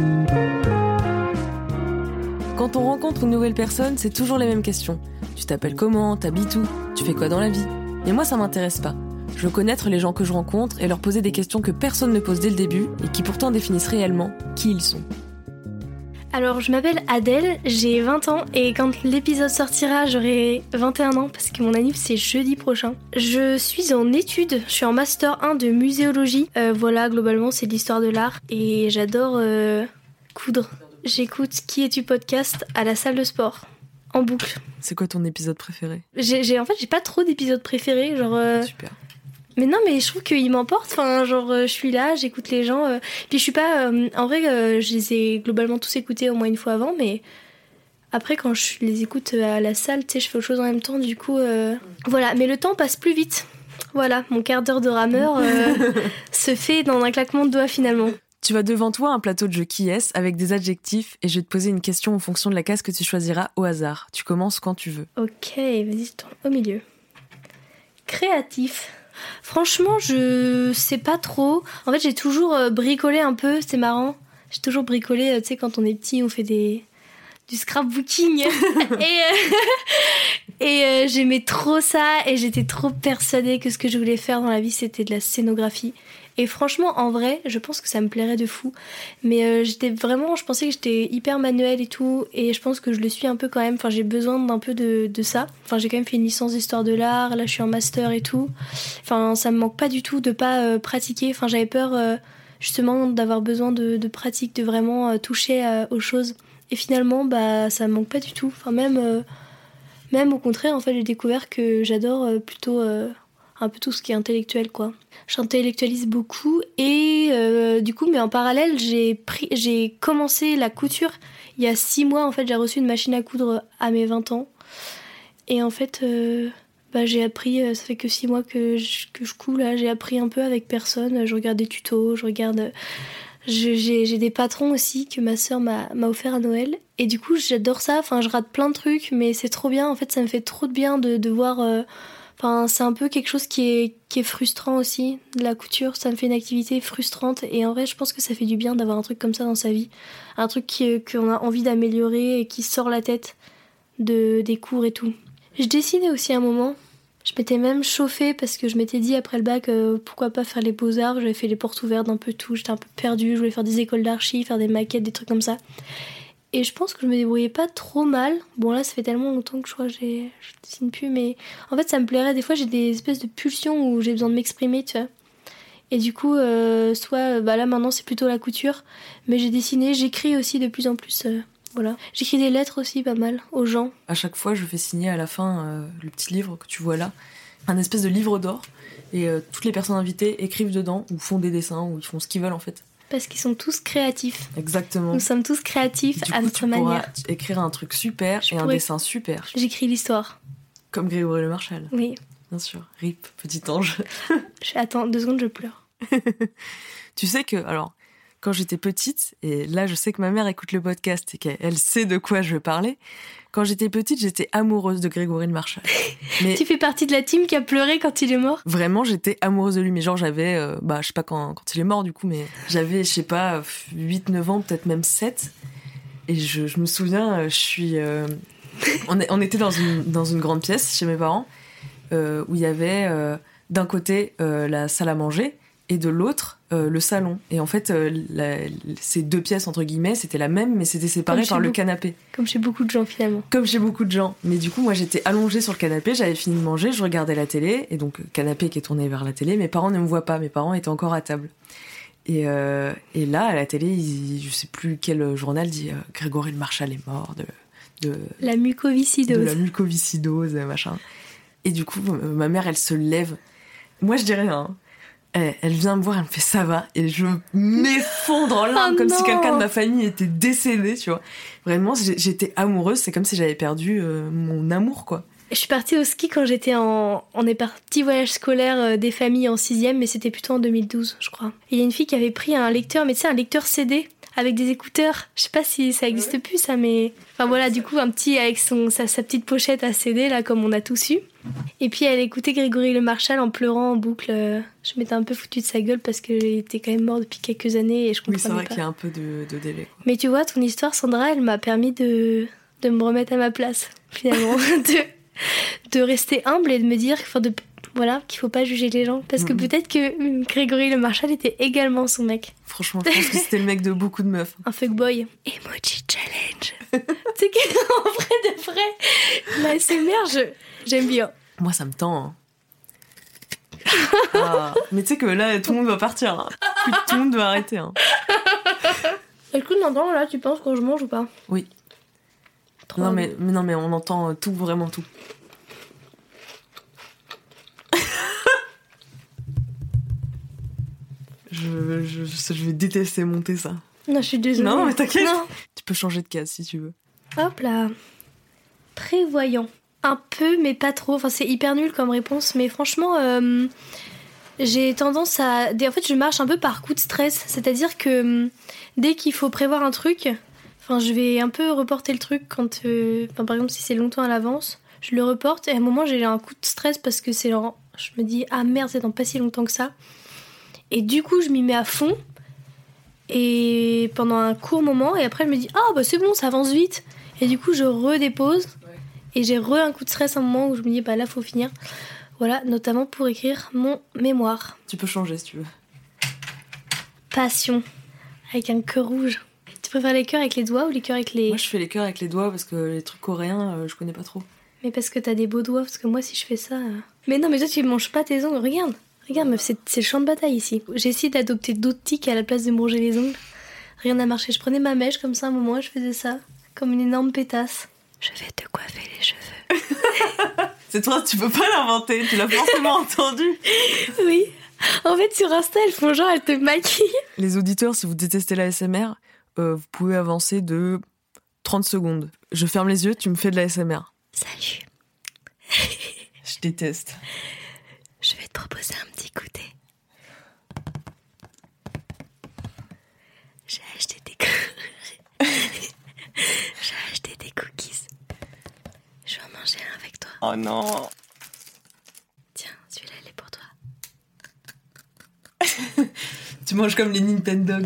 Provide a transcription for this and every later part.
Quand on rencontre une nouvelle personne, c'est toujours les mêmes questions. Tu t'appelles comment? T'habites où? Tu fais quoi dans la vie? Mais moi, ça m'intéresse pas. Je veux connaître les gens que je rencontre et leur poser des questions que personne ne pose dès le début et qui pourtant définissent réellement qui ils sont. Alors, je m'appelle Adèle, j'ai 20 ans et quand l'épisode sortira, j'aurai 21 ans parce que mon anniv c'est jeudi prochain. Je suis en études, je suis en master 1 de muséologie. Voilà, globalement, c'est de l'histoire de l'art et j'adore coudre. J'écoute Qui es-tu podcast à la salle de sport, en boucle. C'est quoi ton épisode préféré? En fait, j'ai pas trop d'épisodes préférés, genre... Super. Mais non, mais je trouve qu'il m'emporte, enfin, genre, je suis là, j'écoute les gens, puis je suis pas... en vrai, je les ai globalement tous écoutés au moins une fois avant, mais après, quand je les écoute à la salle, tu sais, je fais autre chose en même temps, du coup... Voilà, mais le temps passe plus vite. Voilà, mon quart d'heure de rameur se fait dans un claquement de doigts, finalement. Tu as devant toi un plateau de jeu qui est avec des adjectifs et je vais te poser une question en fonction de la case que tu choisiras au hasard. Tu commences quand tu veux. Ok, vas-y, je tourne au milieu. Créatif. Franchement, je sais pas trop. En fait, j'ai toujours bricolé un peu, c'est marrant. J'ai toujours bricolé, tu sais, quand on est petit, on fait du scrapbooking. et j'aimais trop ça et j'étais trop persuadée que ce que je voulais faire dans la vie, c'était de la scénographie. Et franchement, en vrai, je pense que ça me plairait de fou. Mais je pensais que j'étais hyper manuelle et tout. Et je pense que je le suis un peu quand même. Enfin, j'ai besoin d'un peu de ça. Enfin, j'ai quand même fait une licence d'histoire de l'art. Là, je suis en master et tout. Enfin, ça me manque pas du tout de pas pratiquer. Enfin, j'avais peur justement d'avoir besoin de pratique, de vraiment toucher aux choses. Et finalement, bah, ça me manque pas du tout. Enfin, même au contraire, en fait, j'ai découvert que j'adore plutôt... un peu tout ce qui est intellectuel, quoi. J'intellectualise beaucoup et du coup, mais en parallèle, j'ai commencé la couture il y a 6 mois. En fait, j'ai reçu une machine à coudre à mes 20 ans. Et en fait, j'ai appris, ça fait que 6 mois que je couds là, j'ai appris un peu avec personne. Je regarde des tutos, j'ai des patrons aussi que ma sœur m'a offert à Noël. Et du coup, j'adore ça. Enfin, je rate plein de trucs, mais c'est trop bien. En fait, ça me fait trop de bien de voir... Enfin, c'est un peu quelque chose qui est frustrant aussi, de la couture. Ça me fait une activité frustrante. Et en vrai, je pense que ça fait du bien d'avoir un truc comme ça dans sa vie. Un truc qu'on a envie d'améliorer et qui sort la tête des cours et tout. Je dessinais aussi un moment. Je m'étais même chauffée parce que je m'étais dit après le bac, pourquoi pas faire les beaux-arts. J'avais fait les portes ouvertes d'un peu tout. J'étais un peu perdue. Je voulais faire des écoles d'archi, faire des maquettes, des trucs comme ça. Et je pense que je me débrouillais pas trop mal. Bon, là, ça fait tellement longtemps que je crois que je dessine plus, mais en fait, ça me plairait. Des fois, j'ai des espèces de pulsions où j'ai besoin de m'exprimer, tu vois. Et du coup, là, maintenant, c'est plutôt la couture. Mais j'ai dessiné, j'écris aussi de plus en plus. Voilà. J'écris des lettres aussi, pas mal, aux gens. À chaque fois, je fais signer à la fin le petit livre que tu vois là. Un espèce de livre d'or. Et toutes les personnes invitées écrivent dedans, ou font des dessins, ou ils font ce qu'ils veulent, en fait. Parce qu'ils sont tous créatifs. Exactement. Nous sommes tous créatifs à notre manière. Tu pourras écrire un truc super un dessin super. J'écris l'histoire. Comme Grégory Le Marchal. Oui. Bien sûr. RIP, petit ange. Attends, 2 secondes, je pleure. Tu sais que, alors, quand j'étais petite, et là je sais que ma mère écoute le podcast et qu'elle sait de quoi je veux parler, quand j'étais petite, j'étais amoureuse de Grégory Le Marchal. Mais tu fais partie de la team qui a pleuré quand il est mort? Vraiment, j'étais amoureuse de lui. Mais genre, j'avais, je sais pas quand il est mort du coup, mais j'avais, je sais pas, 8-9 ans, peut-être même 7. Et je me souviens, on était dans une grande pièce chez mes parents, où il y avait d'un côté la salle à manger, et de l'autre, le salon. Et en fait, ces 2 pièces, entre guillemets, c'était la même, mais c'était séparé par le canapé. Comme chez beaucoup de gens, finalement. Comme chez beaucoup de gens. Mais du coup, moi, j'étais allongée sur le canapé, j'avais fini de manger, je regardais la télé, et donc, canapé qui est tourné vers la télé, mes parents ne me voient pas, mes parents étaient encore à table. Et là, à la télé, je sais plus quel journal dit Grégory Le Marchal est mort de la mucoviscidose. De la mucoviscidose, machin. Et du coup, ma mère, elle se lève. Moi, je dis rien, hein. Elle vient me voir, elle me fait ça va, et je m'effondre en larmes comme si quelqu'un de ma famille était décédé, tu vois. Vraiment, j'étais amoureuse, c'est comme si j'avais perdu mon amour, quoi. Je suis partie au ski quand j'étais on est parti voyage scolaire des familles en 6e, mais c'était plutôt en 2012, je crois. Et il y a une fille qui avait pris un lecteur, mais tu sais, un lecteur CD avec des écouteurs. Je sais pas si ça existe plus ça, mais enfin voilà, du coup un petit avec sa petite pochette à CD là, comme on a tous eu. Et puis elle écoutait Grégory Le Marchal en pleurant en boucle. Je m'étais un peu foutue de sa gueule parce qu'il était quand même mort depuis quelques années et je comprenais pas. Oui, c'est vrai qu'il y a un peu de délai, quoi. Mais tu vois, ton histoire, Sandra, elle m'a permis de me remettre à ma place, finalement. de rester humble et de me dire qu'il faut pas juger les gens. Parce que peut-être que Grégory Le Marchal était également son mec. Franchement, je pense que c'était le mec de beaucoup de meufs. Un fuckboy. Emoji challenge. Tu sais qu'en vrai de vrai, la SMR, j'aime bien. Moi, ça me tend. Mais tu sais que là, tout le monde va partir. Hein. Tout le monde doit arrêter. Hein. Écoute, maintenant, là, tu penses quand je mange ou pas? Oui. Non mais on entend tout, vraiment tout. je vais détester monter ça. Non, je suis désolée. Non, mais t'inquiète. Non. Tu peux changer de case si tu veux. Hop là. Prévoyant. Un peu, mais pas trop. Enfin, c'est hyper nul comme réponse. Mais franchement, j'ai tendance à... En fait, je marche un peu par coup de stress. C'est-à-dire que dès qu'il faut prévoir un truc... Enfin, je vais un peu reporter le truc quand... par exemple, si c'est longtemps à l'avance, je le reporte. Et à un moment, j'ai un coup de stress parce que c'est genre... Je me dis, ah merde, c'est dans pas si longtemps que ça. Et du coup, je m'y mets à fond. Et pendant un court moment. Et après, je me dis, ah bah c'est bon, ça avance vite. Et du coup, je redépose. Et j'ai un coup de stress à un moment où je me dis, bah là, faut finir. Voilà, notamment pour écrire mon mémoire. Tu peux changer si tu veux. Passion. Avec un cœur rouge. Tu préfères les cœurs avec les doigts ou les cœurs avec les... Moi, je fais les cœurs avec les doigts parce que les trucs coréens, je connais pas trop. Mais parce que t'as des beaux doigts, parce que moi, si je fais ça... Mais non, mais toi, tu manges pas tes ongles. Regarde, meuf, c'est le champ de bataille ici. J'ai essayé d'adopter d'autres tics à la place de me ronger les ongles. Rien n'a marché. Je prenais ma mèche comme ça, un moment, je faisais ça. Comme une énorme pétasse. Je vais te coiffer les cheveux. C'est toi, tu peux pas l'inventer, tu l'as forcément entendu. Oui. En fait, sur Insta, elles font genre, elles te maquillent. Les auditeurs, si vous détestez la ASMR, vous pouvez avancer de 30 secondes. Je ferme les yeux, tu me fais de la ASMR. Salut. Je déteste. Je vais te proposer un petit goûter. J'ai acheté des cookies. Je vais en manger un avec toi. Oh non. Tiens, celui-là, il est pour toi. Tu manges comme les Nintendogs.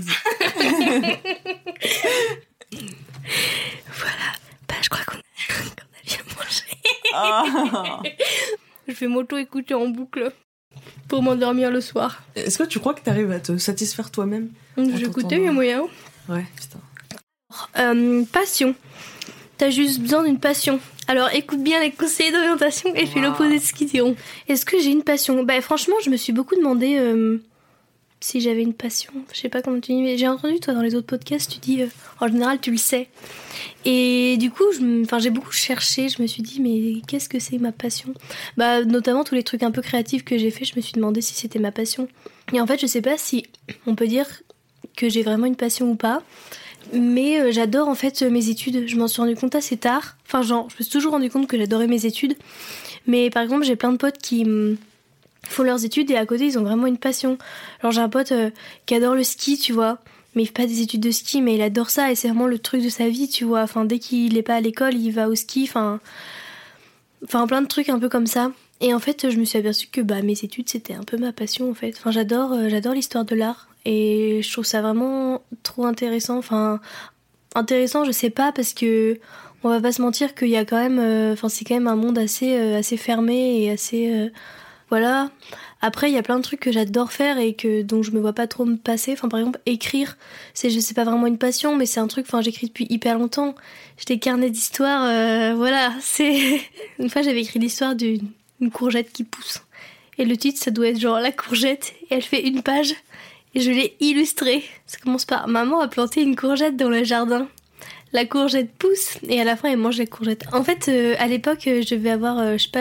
Voilà. Bah, je crois qu'on a bien mangé. Ah. Je vais m'auto-écouter en boucle pour m'endormir le soir. Est-ce que tu crois que t'arrives à te satisfaire toi-même? Je vais écouter, il y a moyen. Ouais, putain. Passion. T'as juste besoin d'une passion. Alors écoute bien les conseils d'orientation et fais l'opposé de ce qu'ils diront. Est-ce que j'ai une passion? Bah franchement, je me suis beaucoup demandé si j'avais une passion. Je sais pas comment tu dis, mais j'ai entendu toi dans les autres podcasts, tu dis en général tu le sais. Et du coup, j'ai beaucoup cherché, je me suis dit mais qu'est-ce que c'est ma passion? Bah notamment tous les trucs un peu créatifs que j'ai fait, je me suis demandé si c'était ma passion. Et en fait, je sais pas si on peut dire que j'ai vraiment une passion ou pas. Mais j'adore en fait mes études. Je m'en suis rendu compte assez tard. Enfin genre, je me suis toujours rendu compte que j'adorais mes études. Mais par exemple, j'ai plein de potes qui font leurs études et à côté, ils ont vraiment une passion. Alors j'ai un pote qui adore le ski, tu vois. Mais il fait pas des études de ski, mais il adore ça et c'est vraiment le truc de sa vie, tu vois. Enfin, dès qu'il est pas à l'école, il va au ski. Enfin, plein de trucs un peu comme ça. Et en fait, je me suis aperçue que mes études, c'était un peu ma passion en fait. Enfin, j'adore l'histoire de l'art. Et je trouve ça vraiment trop intéressant. Enfin, intéressant, je sais pas, parce que on va pas se mentir qu'il y a quand même... c'est quand même un monde assez fermé et assez... voilà. Après, il y a plein de trucs que j'adore faire et dont je me vois pas trop me passer. Enfin, par exemple, écrire, c'est pas vraiment une passion, mais c'est un truc... Enfin, j'écris depuis hyper longtemps. J'ai des carnets d'histoire, voilà. C'est... Une fois, j'avais écrit l'histoire d'une courgette qui pousse. Et le titre, ça doit être genre La courgette. Et elle fait 1 page... Et je l'ai illustré. Ça commence par: maman a planté une courgette dans le jardin. La courgette pousse et à la fin elle mange la courgette. En fait, à l'époque, je devais avoir,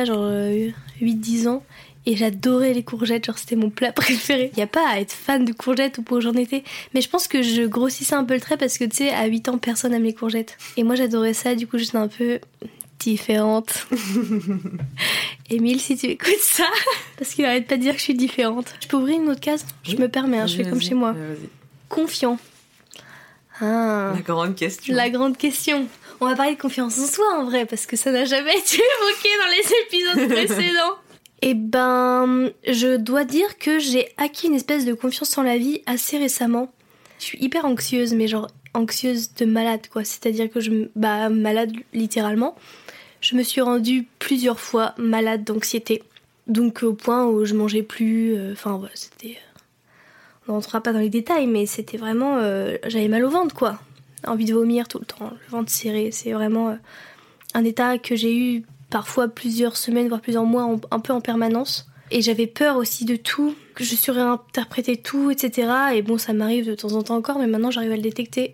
8-10 ans. Et j'adorais les courgettes, genre c'était mon plat préféré. Il n'y a pas à être fan de courgettes ou pour j'en étais. Mais je pense que je grossissais un peu le trait parce que tu sais, à 8 ans, personne n'aime les courgettes. Et moi j'adorais ça, du coup j'étais un peu différente. Émile, si tu écoutes ça, parce qu'il arrête pas de dire que je suis différente. Je peux ouvrir une autre case? Je me permets, je fais comme chez moi. Vas-y. Confiant. Ah, La grande question. la grande question. On va parler de confiance en soi en vrai, parce que ça n'a jamais été évoqué dans les épisodes précédents. Eh ben, je dois dire que j'ai acquis une espèce de confiance en la vie assez récemment. Je suis hyper anxieuse, mais genre anxieuse de malade, quoi. C'est-à-dire que malade littéralement. Je me suis rendue plusieurs fois malade d'anxiété. Donc au point où je mangeais plus, c'était... On ne rentrera pas dans les détails, mais c'était vraiment... j'avais mal au ventre, quoi. Envie de vomir tout le temps, le ventre serré. C'est vraiment un état que j'ai eu parfois plusieurs semaines, voire plusieurs mois, un peu en permanence. Et j'avais peur aussi de tout, que je surinterprétais tout, etc. Et bon, ça m'arrive de temps en temps encore, mais maintenant j'arrive à le détecter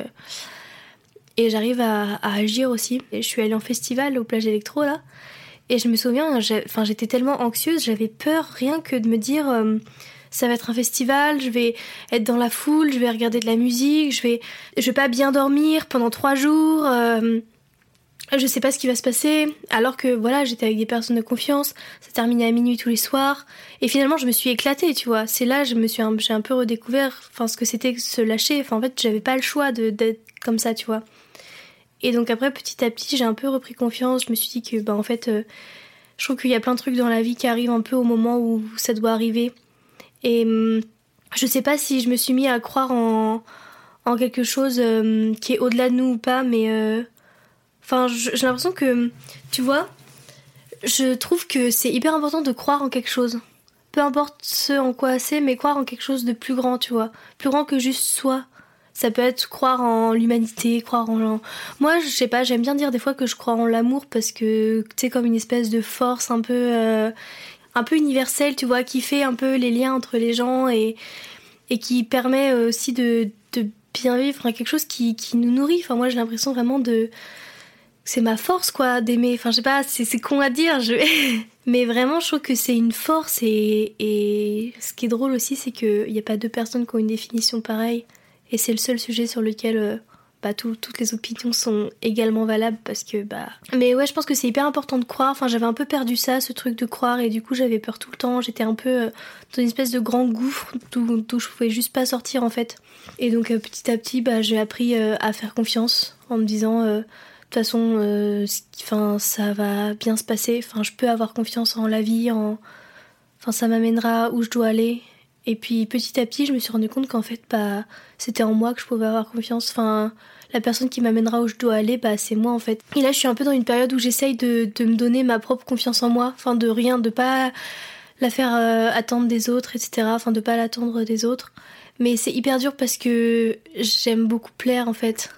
et j'arrive à agir aussi. Et je suis allée en festival au Plage Électro, là. Et je me souviens, j'étais tellement anxieuse, j'avais peur rien que de me dire... ça va être un festival, je vais être dans la foule, je vais regarder de la musique, je vais pas bien dormir pendant 3 jours, je sais pas ce qui va se passer, alors que voilà, j'étais avec des personnes de confiance, ça terminait à minuit tous les soirs, et finalement je me suis éclatée, tu vois, c'est là j'ai un peu redécouvert ce que c'était que se lâcher, en fait j'avais pas le choix d'être comme ça, tu vois. Et donc après petit à petit j'ai un peu repris confiance, je me suis dit que en fait je trouve qu'il y a plein de trucs dans la vie qui arrivent un peu au moment où ça doit arriver. Et je sais pas si je me suis mis à croire en quelque chose qui est au-delà de nous ou pas, mais j'ai l'impression que, tu vois, je trouve que c'est hyper important de croire en quelque chose. Peu importe ce en quoi c'est, mais croire en quelque chose de plus grand, tu vois. Plus grand que juste soi. Ça peut être croire en l'humanité, croire en... Moi, je sais pas, j'aime bien dire des fois que je crois en l'amour parce que c'est comme une espèce de force un peu universel, tu vois, qui fait un peu les liens entre les gens et qui permet aussi de bien vivre, quelque chose qui nous nourrit. Enfin, moi, j'ai l'impression vraiment c'est ma force, quoi, d'aimer. Enfin, je sais pas, c'est con à dire, mais vraiment, je trouve que c'est une force et ce qui est drôle aussi, c'est qu'il n'y a pas 2 personnes qui ont une définition pareille et c'est le seul sujet sur lequel... toutes les opinions sont également valables parce que Mais ouais, je pense que c'est hyper important de croire. Enfin, j'avais un peu perdu ça, ce truc de croire, et du coup j'avais peur tout le temps. J'étais un peu dans une espèce de grand gouffre d'où je pouvais juste pas sortir en fait. Et donc petit à petit, j'ai appris à faire confiance en me disant de toute façon, ça va bien se passer. Enfin, je peux avoir confiance en la vie, ça m'amènera où je dois aller. Et puis petit à petit, je me suis rendu compte qu'en fait, c'était en moi que je pouvais avoir confiance. Enfin, la personne qui m'amènera où je dois aller, c'est moi en fait. Et là, je suis un peu dans une période où j'essaye de me donner ma propre confiance en moi. Enfin, de pas la faire attendre des autres, etc. Enfin, de pas l'attendre des autres. Mais c'est hyper dur parce que j'aime beaucoup plaire en fait.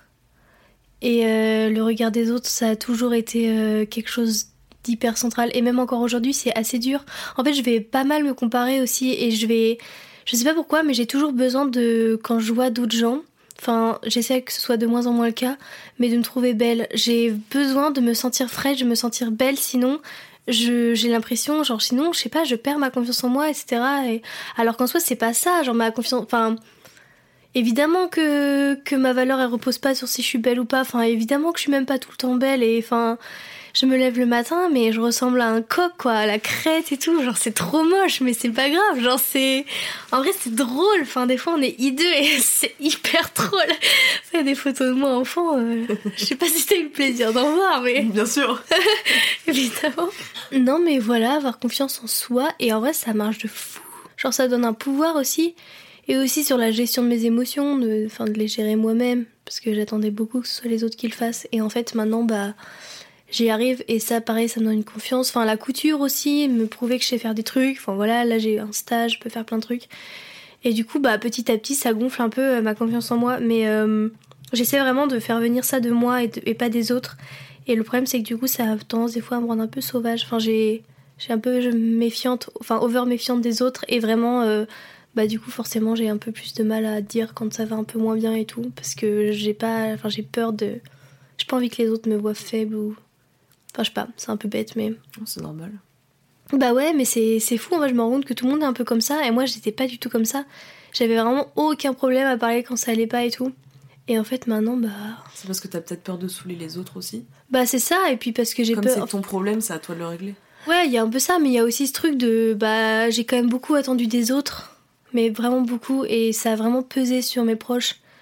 Et le regard des autres, ça a toujours été quelque chose d'hyper central. Et même encore aujourd'hui, c'est assez dur. En fait, je vais pas mal me comparer aussi et je sais pas pourquoi, mais j'ai toujours besoin quand je vois d'autres gens, j'essaie que ce soit de moins en moins le cas, mais de me trouver belle. J'ai besoin de me sentir fraîche, de me sentir belle, sinon j'ai l'impression, sinon, je sais pas, je perds ma confiance en moi, etc. Alors qu'en soi, c'est pas ça, ma confiance... Évidemment que ma valeur, elle repose pas sur si je suis belle ou pas. Évidemment que je suis même pas tout le temps belle et je me lève le matin, mais je ressemble à un coq, quoi, à la crête et tout. C'est trop moche, mais c'est pas grave. En vrai, c'est drôle. Des fois, on est hideux et c'est hyper drôle. Il y a des photos de moi enfant. Je sais pas si t'as eu le plaisir d'en voir, mais... Bien sûr. Évidemment. Non, mais voilà, avoir confiance en soi. Et en vrai, ça marche de fou. Ça donne un pouvoir aussi. Et aussi sur la gestion de mes émotions, de les gérer moi-même. Parce que j'attendais beaucoup que ce soit les autres qui le fassent. Et en fait, maintenant, j'y arrive et ça, pareil, ça me donne une confiance. La couture aussi, me prouver que je sais faire des trucs. Là j'ai un stage, je peux faire plein de trucs. Et du coup, petit à petit, ça gonfle un peu ma confiance en moi. Mais j'essaie vraiment de faire venir ça de moi et pas des autres. Et le problème, c'est que du coup, ça a tendance des fois à me rendre un peu sauvage. J'ai un peu méfiante, over méfiante des autres. Et vraiment, du coup, forcément, j'ai un peu plus de mal à dire quand ça va un peu moins bien et tout. Parce que j'ai peur de... J'ai pas envie que les autres me voient faible ou... je sais pas, c'est un peu bête, mais... C'est normal. Ouais, mais c'est fou, moi je me rends compte que tout le monde est un peu comme ça, et moi j'étais pas du tout comme ça. J'avais vraiment aucun problème à parler quand ça allait pas et tout. Et en fait maintenant, C'est parce que t'as peut-être peur de saouler les autres aussi. C'est ça, et puis parce que j'ai peur... Comme c'est ton problème, c'est à toi de le régler. Ouais, il y a un peu ça, mais il y a aussi ce truc de... j'ai quand même beaucoup attendu des autres, mais vraiment beaucoup, et ça a vraiment pesé sur mes proches.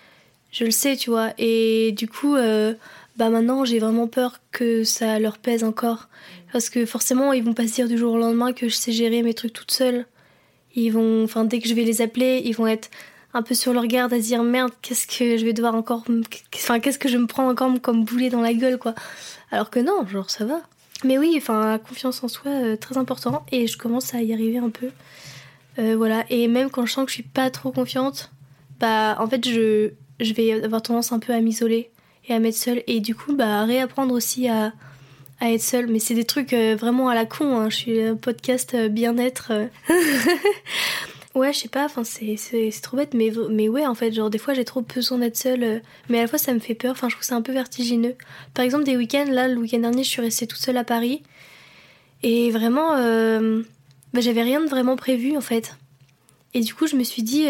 Je le sais, tu vois. Et du coup, maintenant, j'ai vraiment peur que ça leur pèse encore. Parce que forcément, ils vont pas se dire du jour au lendemain que je sais gérer mes trucs toute seule. Dès que je vais les appeler, ils vont être un peu sur leur garde à se dire merde, qu'est-ce que je vais devoir encore. Qu'est-ce que je me prends encore comme boulet dans la gueule, quoi. Alors que non, genre, ça va. Mais oui, la confiance en soi, très important. Et je commence à y arriver un peu. Voilà. Et même quand je sens que je suis pas trop confiante, en fait, je vais avoir tendance un peu à m'isoler et à m'être seule. Et du coup, réapprendre aussi à être seule. Mais c'est des trucs vraiment à la con, hein. Je suis un podcast bien-être. Ouais, je sais pas, c'est trop bête, mais ouais, en fait, genre, des fois, j'ai trop besoin d'être seule, mais à la fois, ça me fait peur, je trouve que c'est un peu vertigineux. Par exemple, des week-ends, là, le week-end dernier, je suis restée toute seule à Paris, et vraiment, j'avais rien de vraiment prévu, en fait. Et du coup, je me suis dit,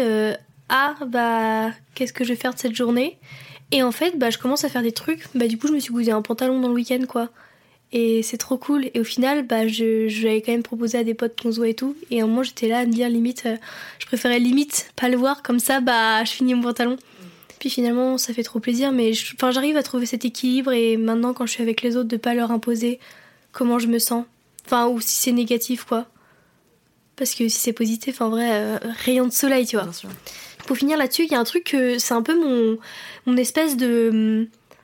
qu'est-ce que je vais faire de cette journée ? Et en fait, je commence à faire des trucs, du coup, je me suis cousé un pantalon dans le week-end, quoi. Et c'est trop cool. Et au final, j'avais quand même proposé à des potes qu'on se voit et tout. Et à un moment, j'étais là à me dire limite, je préférais limite pas le voir. Comme ça, je finis mon pantalon. Puis finalement, ça fait trop plaisir. Mais j'arrive à trouver cet équilibre. Et maintenant, quand je suis avec les autres, de pas leur imposer comment je me sens. Ou si c'est négatif, quoi. Parce que si c'est positif, en vrai, rayon de soleil, tu vois. Bien sûr. Pour finir là-dessus, il y a un truc que c'est un peu mon espèce de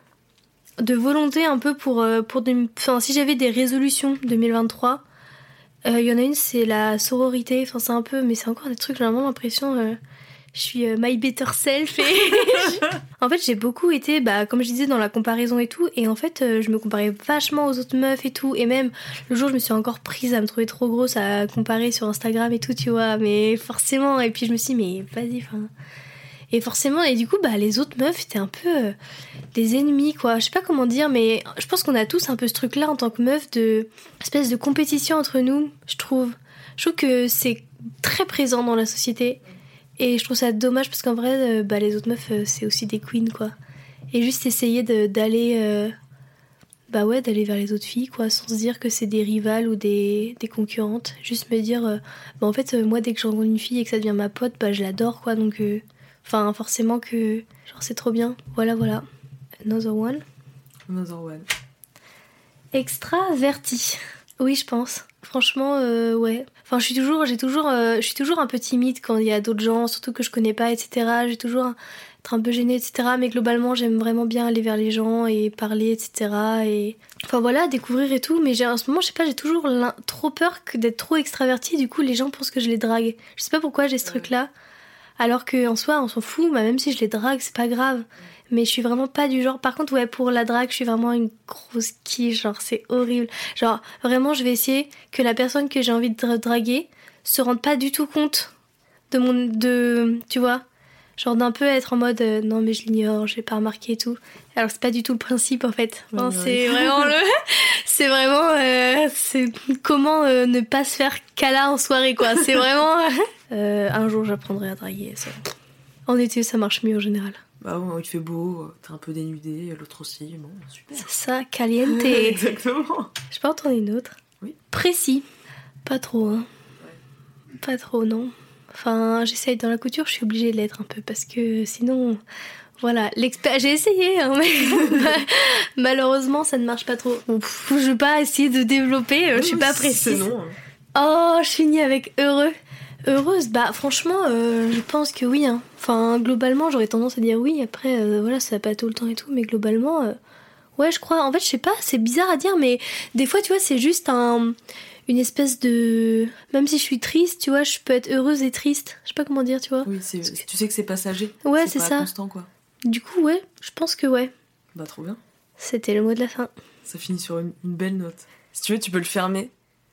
volonté un peu si j'avais des résolutions 2023, il y en a une, c'est la sororité, c'est un peu, mais c'est encore des trucs, j'ai vraiment l'impression je suis my better self et en fait j'ai beaucoup été comme je disais dans la comparaison et tout, et en fait je me comparais vachement aux autres meufs et tout, et même le jour je me suis encore prise à me trouver trop grosse à comparer sur Instagram et tout, tu vois, mais forcément, et puis je me suis dit mais vas-y, et forcément, et du coup, les autres meufs étaient un peu des ennemis, quoi. Je sais pas comment dire, mais je pense qu'on a tous un peu ce truc-là en tant que meuf, de espèce de compétition entre nous, je trouve. Je trouve que c'est très présent dans la société. Et je trouve ça dommage parce qu'en vrai, les autres meufs, c'est aussi des queens, quoi. Et juste essayer d'aller vers les autres filles, quoi, sans se dire que c'est des rivales ou des concurrentes. Juste me dire, en fait, moi, dès que je rencontre une fille et que ça devient ma pote, je l'adore, quoi, donc... forcément que... Genre, c'est trop bien. Voilà. Another one. Extraverti. Oui, je pense. Franchement, ouais. Je suis toujours un peu timide quand il y a d'autres gens, surtout que je connais pas, etc. J'ai toujours être un peu gênée, etc. Mais globalement, j'aime vraiment bien aller vers les gens et parler, etc. Et... découvrir et tout. Mais en ce moment, je sais pas, j'ai toujours trop peur d'être trop extravertie. Du coup, les gens pensent que je les drague. Je sais pas pourquoi j'ai ce truc-là. Alors qu'en soi, on s'en fout, même si je les drague, c'est pas grave. Mais je suis vraiment pas du genre... Par contre, ouais, pour la drague, je suis vraiment une grosse quiche, genre, c'est horrible. Genre, vraiment, je vais essayer que la personne que j'ai envie de draguer se rende pas du tout compte tu vois, genre d'un peu être en mode non mais je l'ignore, je l'ai pas remarqué et tout. Alors c'est pas du tout le principe, en fait. C'est vraiment c'est vraiment c'est comment ne pas se faire câlin en soirée, quoi. C'est vraiment un jour j'apprendrai à draguer ça. En été ça marche mieux en général. Ouais, il fait beau, t'es un peu dénudé, l'autre aussi, bon, super. C'est ça, caliente. Exactement. Je peux en entendre une autre. Oui. Précis. Pas trop, hein. Ouais. Pas trop, non. J'essaye dans la couture, je suis obligée de l'être un peu parce que sinon, voilà, j'ai essayé, hein, mais malheureusement ça ne marche pas trop. Bon, je vais pas essayer de développer, je suis pas précise. Non. Oh, je finis avec heureux. Heureuse, franchement, je pense que oui, hein. Globalement, j'aurais tendance à dire oui. Après, ça va pas tout le temps et tout, mais globalement, ouais, je crois. En fait, je sais pas, c'est bizarre à dire, mais des fois, tu vois, c'est juste une espèce de... Même si je suis triste, tu vois, je peux être heureuse et triste. Je sais pas comment dire, tu vois. Oui, tu sais que c'est passager. Ouais, c'est ça. Constant, quoi. Du coup, ouais, je pense que ouais. Trop bien. C'était le mot de la fin. Ça finit sur une belle note. Si tu veux, tu peux le fermer.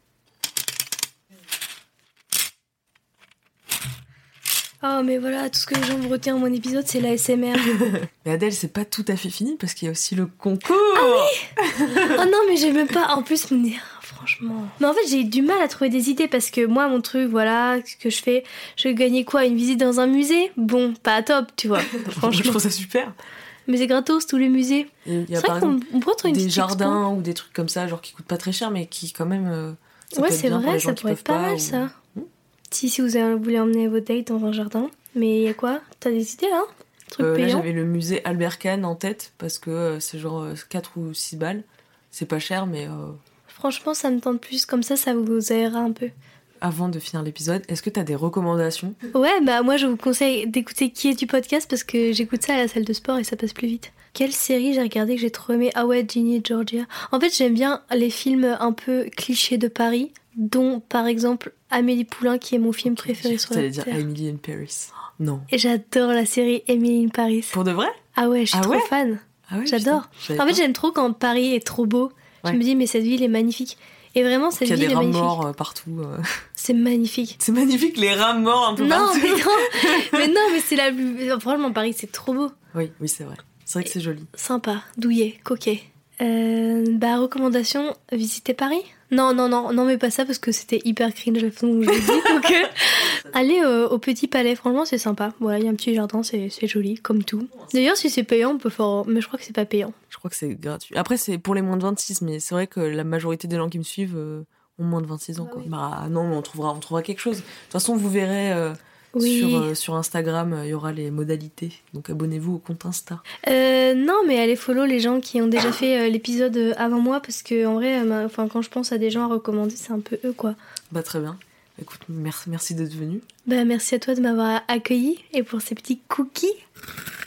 Oh, mais voilà, tout ce que les gens vont retenir en mon épisode, c'est l'ASMR. Mais Adèle, c'est pas tout à fait fini parce qu'il y a aussi le concours. Ah oui. Oh non, mais j'aime pas. En plus, franchement. Mais en fait, j'ai eu du mal à trouver des idées parce que moi, mon truc, voilà, ce que je fais, je vais gagner quoi ? Une visite dans un musée ? Bon, pas top, tu vois. Franchement. Je trouve ça super. Mais c'est gratos, tous les musées. Il y a c'est par vrai exemple qu'on pourrait trouver des jardins ou des trucs comme ça, genre qui coûtent pas très cher, mais qui quand même. Ouais, c'est vrai, ça pourrait être pas mal, ça. Si vous voulez emmener vos dates dans un jardin. Mais il y a quoi ? T'as des idées, là ? Truc Là, payant. j'avais le musée Albert Kahn en tête parce que c'est genre 4 ou 6 balles. C'est pas cher, mais Franchement, ça me tente plus. Comme ça vous aérera un peu. avant de finir l'épisode, est-ce que t'as des recommandations? Ouais, bah moi, je vous conseille d'écouter Qui est du podcast parce que j'écoute ça à la salle de sport et ça passe plus vite. Quelle série j'ai regardé que j'ai trop aimé? Ah ouais, Ginny et Georgia. En fait, j'aime bien les films un peu clichés de Paris, dont par exemple Amélie Poulain, qui est mon film préféré sur la T'allais dire terre. Emily in Paris. Non. Et j'adore la série Emily in Paris. Pour de vrai? Ah ouais, je suis Ah trop ouais fan. Ah ouais, J'adore. putain, je savais En fait, pas. j'aime trop quand Paris est trop beau. Ouais. Je me dis, mais cette ville est magnifique. Et vraiment, cette Il y a ville des est rats magnifique. morts partout. C'est magnifique. C'est magnifique, les rats morts un peu Non, partout. mais non, mais non, mais c'est la plus. Franchement, Paris, c'est trop beau. Oui, c'est vrai. C'est vrai que c'est joli. Sympa, douillet, coquet. Recommandation, visiter Paris? Non, mais pas ça parce que c'était hyper cringe la façon dont je l'ai dit. Donc, allez au Petit Palais, franchement, c'est sympa. Voilà, il y a un petit jardin, c'est joli, comme tout. D'ailleurs, si c'est payant, on peut faire. Mais je crois que c'est pas payant. Je crois que c'est gratuit. Après, c'est pour les moins de 26, mais c'est vrai que la majorité des gens qui me suivent ont moins de 26 ans. Quoi. oui. Bah non, mais on trouvera quelque chose. De toute façon, vous verrez Oui. sur Instagram, il y aura les modalités. Donc abonnez-vous au compte Insta. Non, mais allez follow les gens qui ont déjà fait l'épisode avant moi parce que en vrai, quand je pense à des gens à recommander, c'est un peu eux quoi. Bah très bien. Écoute, merci d'être venu. Bah merci à toi de m'avoir accueilli et pour ces petits cookies.